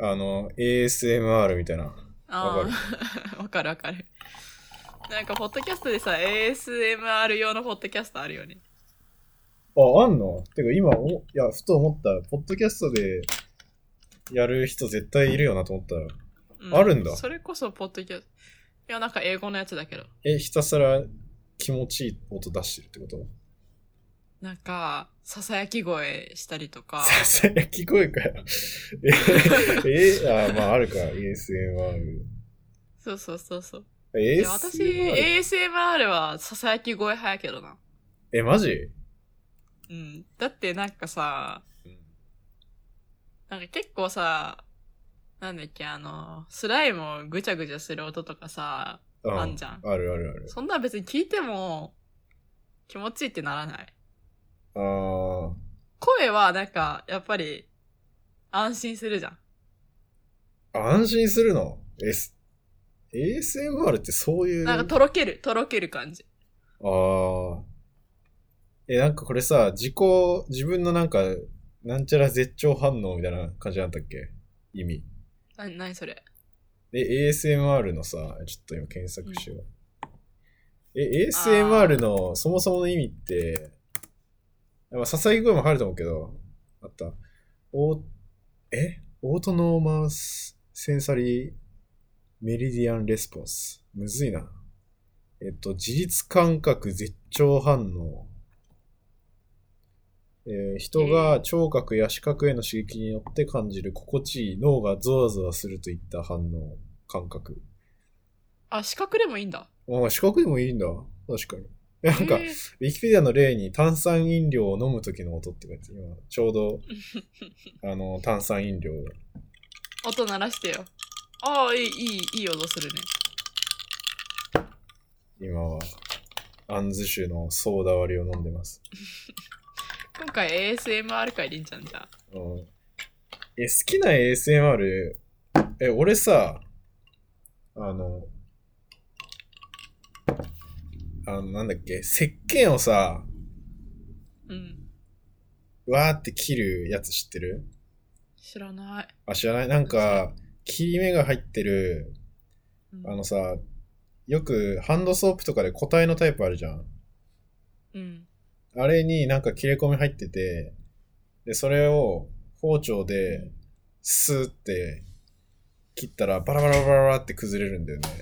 ASMR みたいな。 ああ、わかるわかる。なんか、ポッドキャストでさ、ASMR 用のポッドキャストあるよね。 あんの？てか今、いや、ふと思った。ポッドキャストでやる人絶対いるよなと思ったら。あるんだ。 それこそ、ポッドキャスト。いや、なんか英語のやつだけど。 ひたすら気持ちいい音出してるってこと？ なんか、ささやき声したりとか。 ささやき声かよ。まああるか、ASMR。 そうそうそうそう。 ASMR？ 私、ASMR はささやき声派やけどな。 マジ？ うん。だってなんかさ、なんか結構さ、なんだっけ、スライムをぐちゃぐちゃする音とかさ、あんじゃん。 あるあるある。 そんな別に聞いても気持ちいいってならない。声はなんか、やっぱり安心するじゃん。 安心するの？ASMR ってそういう。 なんかとろける感じ。 なんかこれさ、自分のなんか、なんちゃら絶頂反応みたいな感じなんだっけ？意味。 なにそれ？ ASMR のさ、ちょっと今検索しよう。ASMR のそもそもの意味って、ささやき声も入ると思うけど、あった。オートノーマスセンサリーメリディアンレスポンス。むずいな。自律感覚絶頂反応。人が聴覚や視覚への刺激によって感じる心地いい、脳がゾワゾワするといった反応、感覚。 視覚でもいいんだ。 視覚でもいいんだ。確かに。なんか、ウィキペディアの例に炭酸飲料を飲む時の音って書いて今、ちょうど、炭酸飲料。 音鳴らしてよ。いい音するね。 今は、アンズ種のソーダ割りを飲んでます。 今回 ASMR 会でいいんじゃん、じゃあ。 好きな ASMR、俺さ、なんだっけ、石鹸をさ、わーって切るやつ知ってる？ 知らない。 知らない？なんか、切り目が入ってる、さ、よくハンドソープとかで固体のタイプあるじゃん。あれになんか切れ込み入ってて、で、それを包丁でスーって切ったらバラバラバラバラって崩れるんだよね。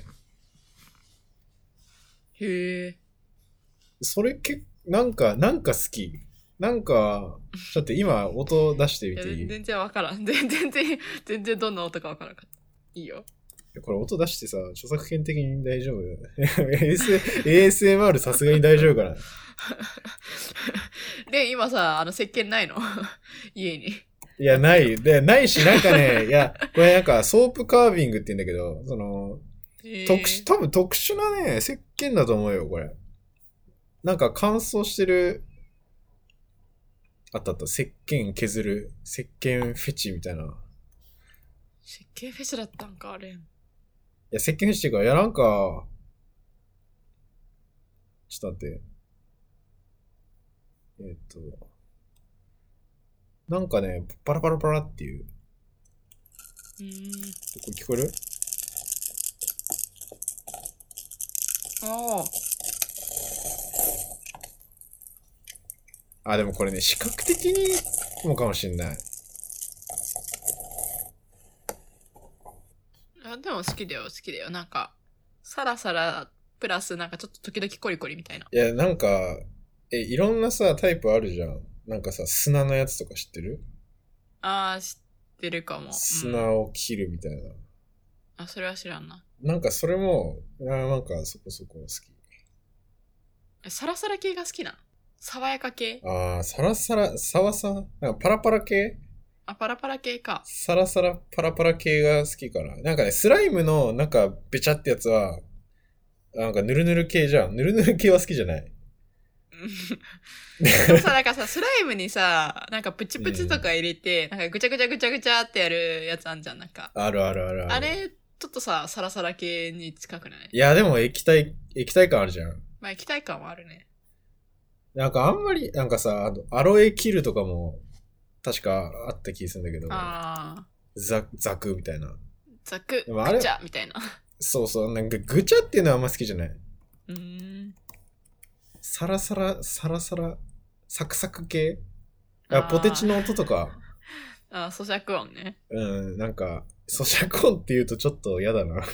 へえ。 それなんか好き。なんか、ちょっと今音出してみていい？ 全然わからん。全然どんな音かわからんかった。いいよ。 これ音出してさ、著作権的に大丈夫？ASMR さすがに大丈夫かな？ で、今さ、石鹸ないの？家に。 いや、ないし、なんかね、いや、これなんかソープカービングって言うんだけど、多分特殊なね、石鹸だと思うよ、これ。なんか乾燥してる、あった、石鹸削る、石鹸フェチみたいな。 石鹸フェチだったんか、あれ。いや、石鹸フェチっていうか、いや、なんか、ちょっと待って。なんかね、パラパラパラっていう。これ聞こえる？でもこれね、視覚的にもかもしんない。 でも好きだよ。なんか、サラサラ、プラスなんかちょっと時々コリコリみたいな。 いや、なんか、いろんなさ、タイプあるじゃん。なんかさ、砂のやつとか知ってる？ 知ってるかも。 砂を切るみたいな。 それは知らんな。 なんかそれも、なんかそこそこ好き。 サラサラ系が好きな？爽やか系？ サラサラ、サワサワ？なんかパラパラ系？ パラパラ系か。 サラサラ、パラパラ系が好きかな。なんかね、スライムの、なんか、べちゃってやつは、なんか、ヌルヌル系じゃん。ヌルヌル系は好きじゃない？ でもさ、なんかさ、スライムにさ、なんかプチプチとか入れて、なんかぐちゃぐちゃぐちゃぐちゃってやるやつあんじゃん、なんか。 あるあるあるある。 あれ、ちょっとさ、サラサラ系に近くない？ いや、でも液体感あるじゃん。 まあ液体感はあるね。 なんかあんまり、なんかさ、アロエキルとかも、確かあった気するんだけど。 ザクみたいな。 ザク、ぐちゃみたいな。 そうそう、なんかぐちゃっていうのはあんま好きじゃない。サラサラ、サクサク系。ポテチの音とか。 咀嚼音ね。 なんか、咀嚼音って言うとちょっと嫌だな。なんか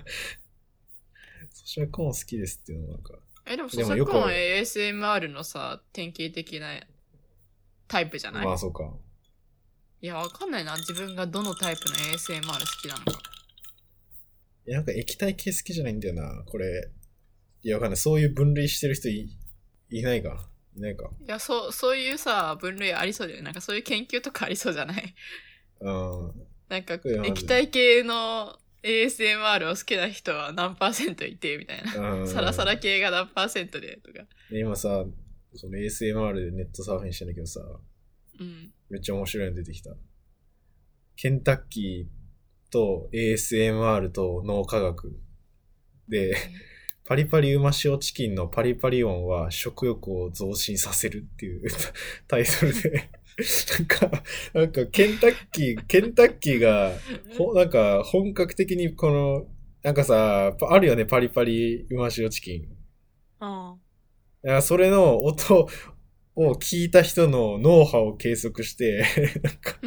咀嚼音好きですっていうのはなんか。 でも咀嚼音 ASMR のさ、典型的なタイプじゃない？ まあそうか。 いや、わかんないな。自分がどのタイプの ASMR 好きなのか。 なんか液体系好きじゃないんだよな、これ。いや、わかんない。そういう分類してる人いないか。いないか。 いや、そういうさ、分類ありそうだよね。なんかそういう研究とかありそうじゃない？なんか、液体系の ASMR を好きな人は何%いて、みたいな。サラサラ系が何%で、とか。 今さ、その ASMR でネットサーフィンしてんだけどさ、めっちゃ面白いの出てきた。ケンタッキーと ASMR と脳科学で、パリパリうま塩チキンのパリパリ音は食欲を増進させるっていうタイトルでなんかケンタッキーがなんか本格的にこのなんかさあるよね、パリパリうま塩チキン。それの音を聞いた人の脳波を計測してなんか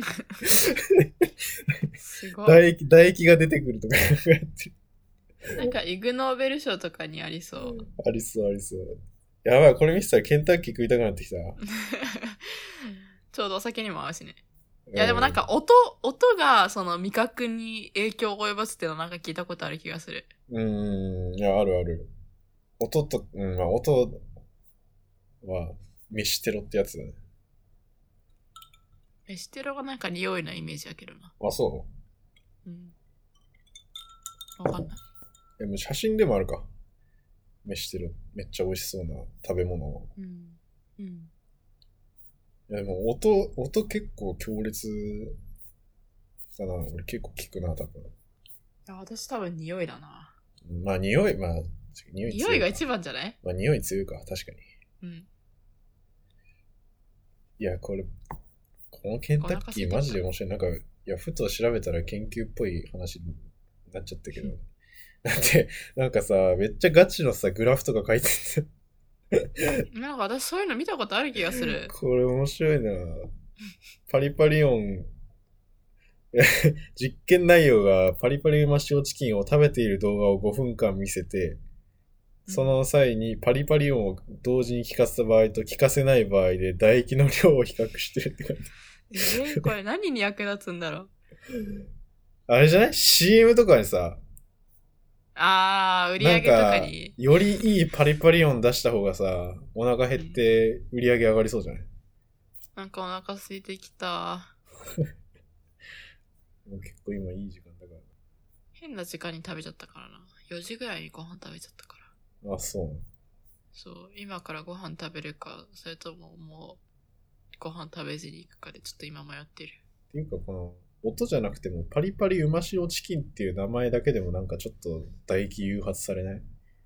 すごい唾液が出てくるとかやってる。 なんかイグノーベル賞とかにありそう。 ありそう。やばい、これ見せたらケンタッキー食いたくなってきた。 ちょうどお酒にも合うしね。いやでもなんか音がその味覚に影響を及ぼすっていうのなんか聞いたことある気がする。 いや、ある。音と、まあ音は飯テロってやつだね。 飯テロがなんか匂いのイメージやけどな。 あ、そう？ わかんない。 でも写真でもあるか。飯テロ。めっちゃ美味しそうな食べ物。いやでも音結構強烈だな。俺結構聞くな、多分。 いや、私多分匂いだな。 まあ匂いが一番じゃない？ まあ匂い強いか、確かに。いや、このケンタッキーマジで面白い。なんか、いや、ふと調べたら研究っぽい話になっちゃったけど。だって、なんかさ、めっちゃガチのさ、グラフとか書いててなんか私そういうの見たことある気がする。 これ面白いな。パリパリ音。実験内容がパリパリうま塩チキンを食べている動画を5分間見せて、その際にパリパリ音を同時に聞かせた場合と聞かせない場合で唾液の量を比較してるって感じ。 これ何に役立つんだろう。 あれじゃない？ CM とかにさ、 売り上げとかに。 よりいいパリパリ音出した方がさ、お腹減って売り上げ上がりそうじゃない？ なんかお腹空いてきた。 もう結構今いい時間だから。 変な時間に食べちゃったからな。4時ぐらいにご飯食べちゃったから。 あ、そう。 そう、今からご飯食べるか、それとももうご飯食べずに行くかでちょっと今迷ってる。 っていうかこの音じゃなくてもパリパリうま塩チキンっていう名前だけでもなんかちょっと唾液誘発されない？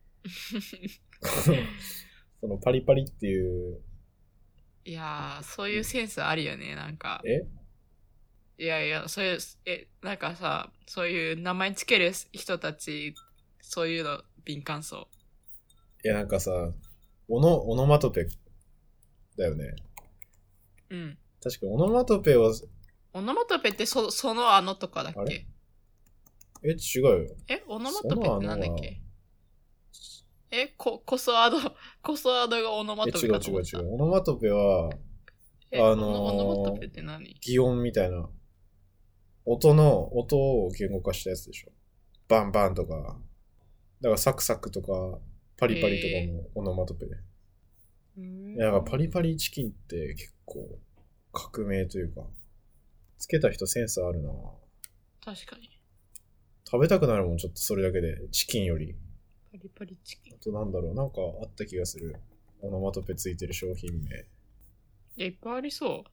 そのパリパリっていう。 いやー、そういうセンスあるよね、なんか。いや、そういう、なんかさ、そういう名前つける人たち、そういうの敏感そう。 いや、なんかさ、オノマトペだよね。確かオノマトペは、 オノマトペってそのとかだっけ？ 違うよ。 オノマトペってなんだっけ？コソアドがオノマトペかと思った。 違う。オノマトペは、 オノマトペって何？ 擬音みたいな。音を言語化したやつでしょ。バンバンとか。だからサクサクとか、パリパリとかもオノマトペで。いや、だからパリパリチキンって結構革命というか、つけた人センスあるな。 確かに。 食べたくなるもん、ちょっとそれだけで。チキンより。 パリパリチキン。 あとなんだろう、なんかあった気がする。オノマトペついてる商品名。 いっぱいありそう。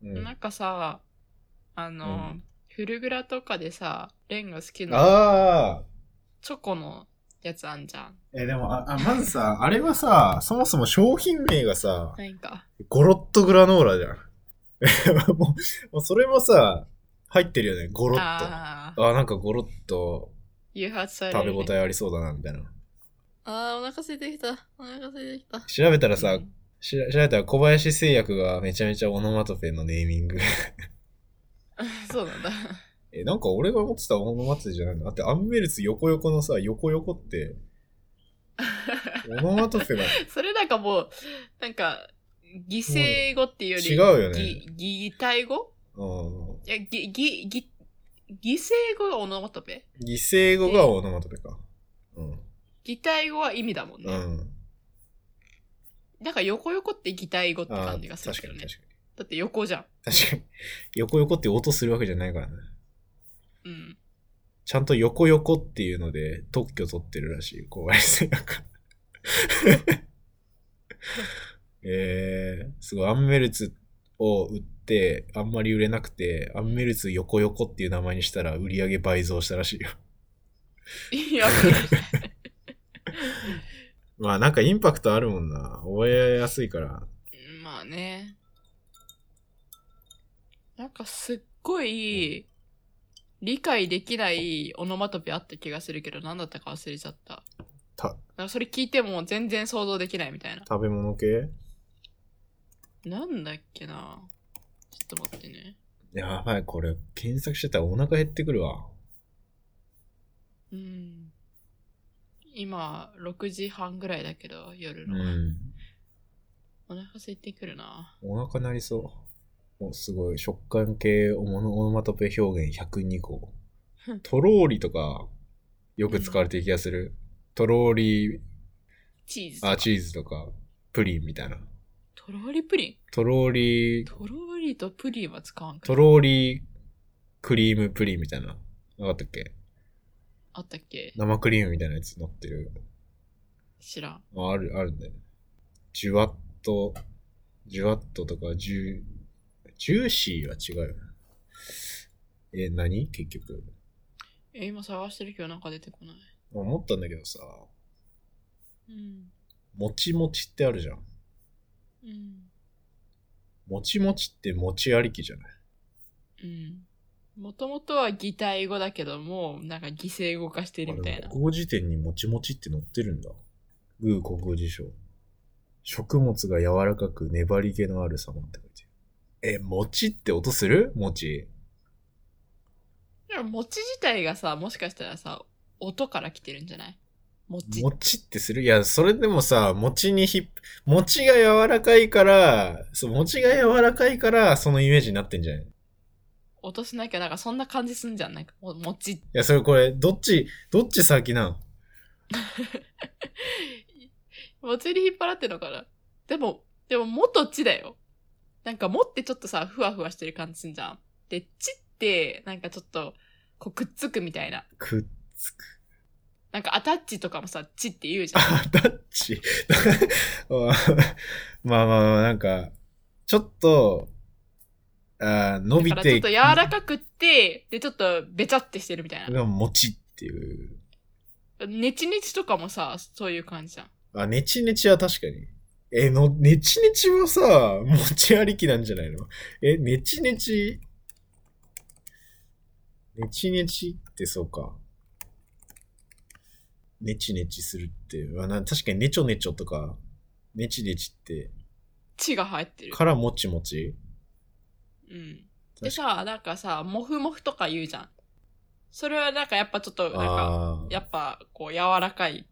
なんかさ、フルグラとかでさ、レンが好きなチョコのやつあんじゃん。 でもまずさ、あれはさ、そもそも商品名がさ、 何かゴロッとグラノーラじゃん。もうそれもさ、 入ってるよね、ゴロッと。 あなんかゴロッと誘発される、ね。 食べ応えありそうだな、みたいな。 お腹空いてきた。お腹空いてきた。 調べたらさ、調べたら小林製薬がめちゃめちゃオノマトペのネーミング。 そうなんだ。 なんか俺が思ってたオノマトペじゃないの？だってアンベルツ横横のさ、横横って、オノマトペが。 それなんかもう、なんか、擬声語っていうより、 違うよね。 擬態語？いや、擬声語がオノマトペ？ 擬声語がオノマトペか。 擬態語は意味だもんね。なんか横横って擬態語って感じがするけどね。確かに。だって横じゃん。 確かに。横横って音するわけじゃないからね。 うん。 ちゃんと横横っていうので特許取ってるらしい、小林製薬。すごい、アンメルツを売って、あんまり売れなくて、アンメルツ横横っていう名前にしたら売り上げ倍増したらしいよ。 いや、 まあなんかインパクトあるもんな。覚えやすいから。 まあね。なんかすっごい理解できないオノマトペあった気がするけど、何だったか忘れちゃった。なんかそれ聞いても全然想像できないみたいな。 食べ物系？ なんだっけな。ちょっと待ってね。 やばい、これ検索してたらお腹減ってくるわ。 今6時半ぐらいだけど、夜の。お腹空いてくるな。 お腹鳴りそう。すごい、食感系オノマトペ表現102個。トローリとかよく使われてる気がする。トローリチーズとか。 チーズとか、プリンみたいな。 トローリプリン？ トローリとプリンは使わんか。 トローリクリームプリンみたいな。なかったっけ？ あったっけ？ 生クリームみたいなやつ乗ってる。 知らん。 あるんだよ。ジュワッとかジューシーは違うよ。何？結局。 今探してるけどなんか出てこない。 思ったんだけどさ。もちもちってあるじゃん。もちもちって餅ありきじゃない？ もともとは擬態語だけども、なんか擬声語化してるみたいな。 国語辞典にもちもちって載ってるんだ。グー国語辞書。食物が柔らかく粘り気のある様って書いてる。餅って音する？餅。 いや、餅自体がさ、もしかしたらさ、音から来てるんじゃない？ 餅ってする？いや、それでもさ、餅が柔らかいから、餅が柔らかいから、そのイメージになってんじゃない？ 音しなきゃ、なんかそんな感じすんじゃん。なんか、餅。 いや、それこれ、どっち先なん？ 餅に引っ張らってるのかな？でも、もとちだよ。なんか、もってちょっとさ、ふわふわしてる感じすんじゃん。で、ちって、なんかちょっと、こう、くっつくみたいな。 くっつく。 なんか、アタッチとかもさ、ちって言うじゃん。 アタッチまあ、なんか、ちょっと、伸びて。 だからちょっと柔らかくって、で、ちょっとべちゃってしてるみたいな。 もちっていう。 ネチネチとかもさ、そういう感じじゃん。 ネチネチは確かに。ネチネチはさ、餅ありきなんじゃないの？ネチネチってそうか。ネチネチするって。確かにネチョネチョとか、ネチネチって。 血が入ってる。 からもちもち？ でさ、なんかさ、もふもふとか言うじゃん。それはなんかやっぱちょっと、なんか、やっぱこう柔らかい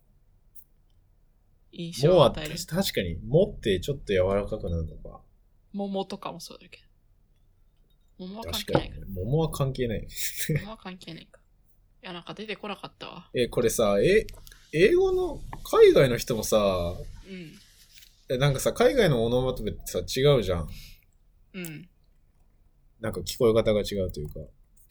印象を与える。 確かに、もってちょっと柔らかくなるのか。 桃とかもそうだけど。桃は関係ないか。 桃は関係ない。 桃は関係ないか。いや、なんか出てこなかったわ。 これさ、英語の、海外の人もさ、なんかさ、海外のオノマトペってさ、違うじゃん。なんか聞こえ方が違うというか。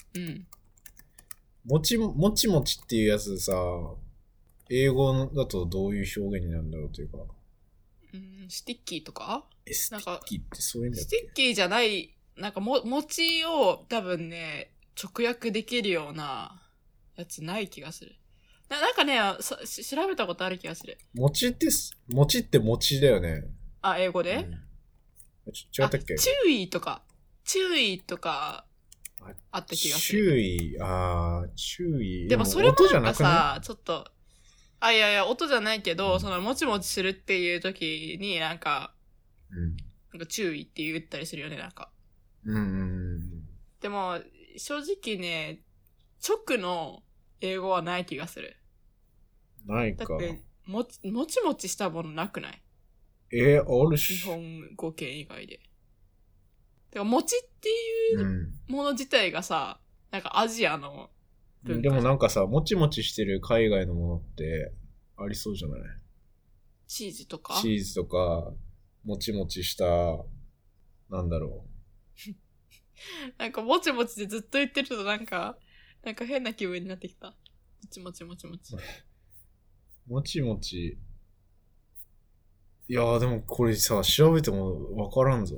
もちもちっていうやつさ、英語だとどういう表現になるんだろうというか。 スティッキーとか？ スティッキーってそういう意味だっけ？ スティッキーじゃない、なんか餅を多分ね、直訳できるようなやつない気がする。なんかね、調べたことある気がする。 餅って餅だよね。 英語で？ 違ったっけ？ チューイーとかあった気がする。 注意。 でもそれもなんかさ、ちょっと、いや、音じゃないけど、その、もちもちするっていう時に、なんか注意って言ったりするよね、なんか。でも、正直ね、直の英語はない気がする。 ないか。 だって、もちもちしたものなくない？ あるし。 日本語圏以外で。てか、餅っていうもの自体がさ、なんかアジアの文化。でもなんかさ、もちもちしてる海外のものってありそうじゃない？ チーズとか、 もちもちした、なんだろう。 なんかもちもちでずっと言ってるとなんか変な気分になってきた。もちもち。もちもち。いやーでもこれさ、調べてもわからんぞ。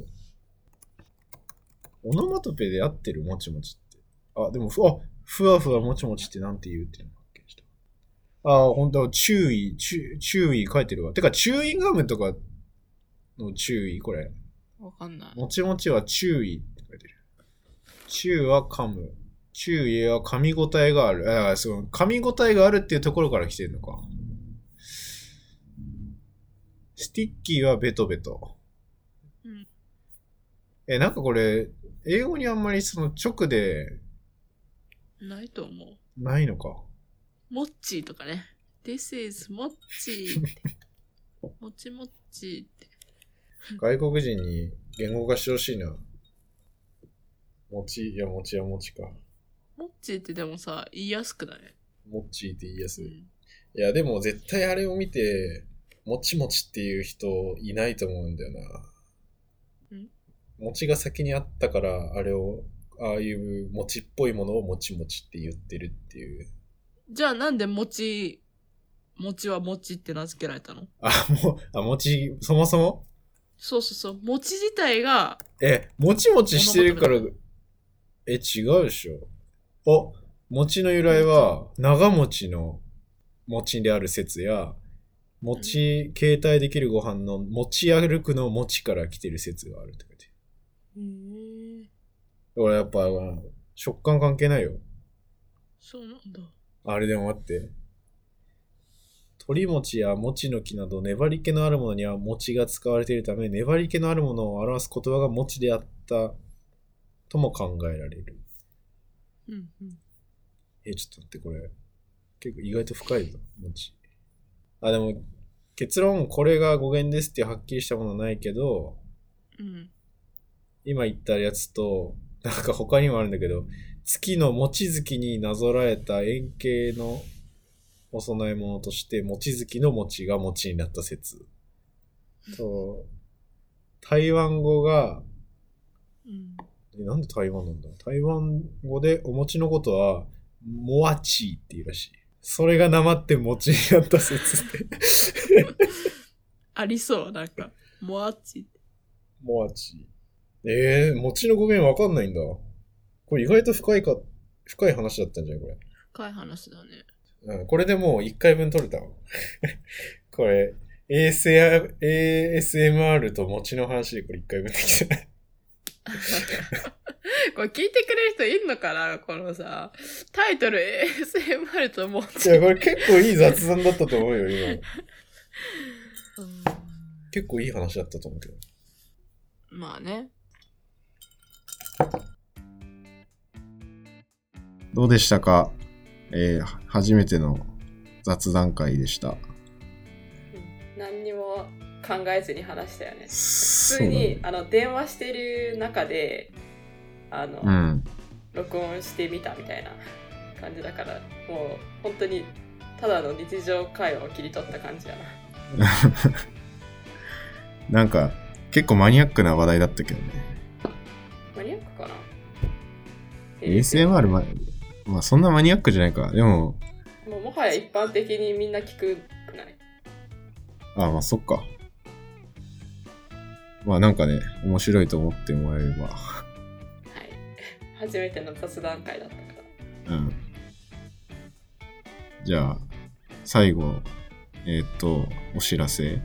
オノマトペで合ってるもちもちって。でもふわふわもちもちってなんて言うっていうのが発見した。ほんと、注意書いてるわ。てか、チューインガムとかの注意これ。 わかんない。 もちもちは注意って書いてる。チューは噛む。注意は噛み応えがある。噛み応えがあるっていうところから来てるのか。スティッキーはベトベト。なんかこれ、英語にあんまりその直で、 ないと思う。 ないのか。 もっちーとかね。This is もっちーって。もちもちって。 外国人に言語化してほしいな。もちはもちか。 もっちーってでもさ、言いやすくない？ もっちーって言いやすい。いや、でも絶対あれを見て、もちもちっていう人いないと思うんだよな。餅が先にあったから、ああいう餅っぽいものをもちもちって言ってるっていう。 じゃあなんで餅は餅って名付けられたの？ 餅、そもそも？ そう。餅自体が。 もちもちしてるから、違うでしょ。餅の由来は、長持ちの餅である説や、携帯できるご飯の持ち歩くの餅から来てる説があるって書いて。だからやっぱ食感関係ないよ。 そうなんだ。 あれでも待って。鳥餅や餅の木など粘り気のあるものには餅が使われているため、粘り気のあるものを表す言葉が餅であったとも考えられる。ちょっと待って、これ結構意外と深いぞ、餅。でも結論これが語源ですってはっきりしたものはないけど、今言ったやつとなんか他にもあるんだけど、月の望月になぞらえた円形のお供え物として望月の餅が餅になった説と、台湾語が、なんで台湾なんだ？台湾語でお餅のことはモアチーっていうらしい。それがなまって餅になった説ってありそう、なんかモアチ餅の語源わかんないんだ。これ意外と深い話だったんじゃないこれ。 深い話だね。 これでもう1回分取れたわ。これ、ASMR と餅の話でこれ1回分できた。 これ聞いてくれる人いんのかな？このさ、タイトル ASMR と餅。 いや、これ結構いい雑談だったと思うよ、今。結構いい話だったと思うけど。 まあね。 どうでしたか？初めての雑談会でした。 何にも考えずに話したよね。普通に、電話してる中で録音してみたみたいな感じだから、もう本当にただの日常会話を切り取った感じやな。 なんか結構マニアックな話題だったけどね。 マニアックかな？ ASMR まあそんなマニアックじゃないか。でももはや一般的にみんな聞くくない？ まあそっか。まあなんかね、面白いと思ってもらえれば。 はい。初めての雑談会だったから。 じゃあ最後お知らせ。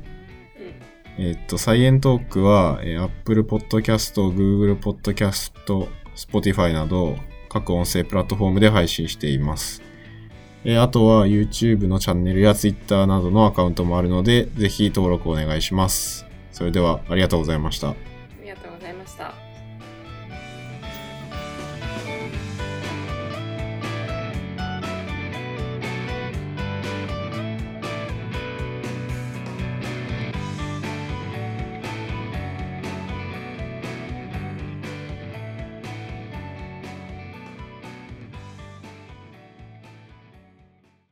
サイエントークは、Apple Podcast、Google Podcast、 Spotify など各音声プラットフォームで配信しています。あとは YouTube のチャンネルや Twitter などのアカウントもあるので、ぜひ登録お願いします。それではありがとうございました。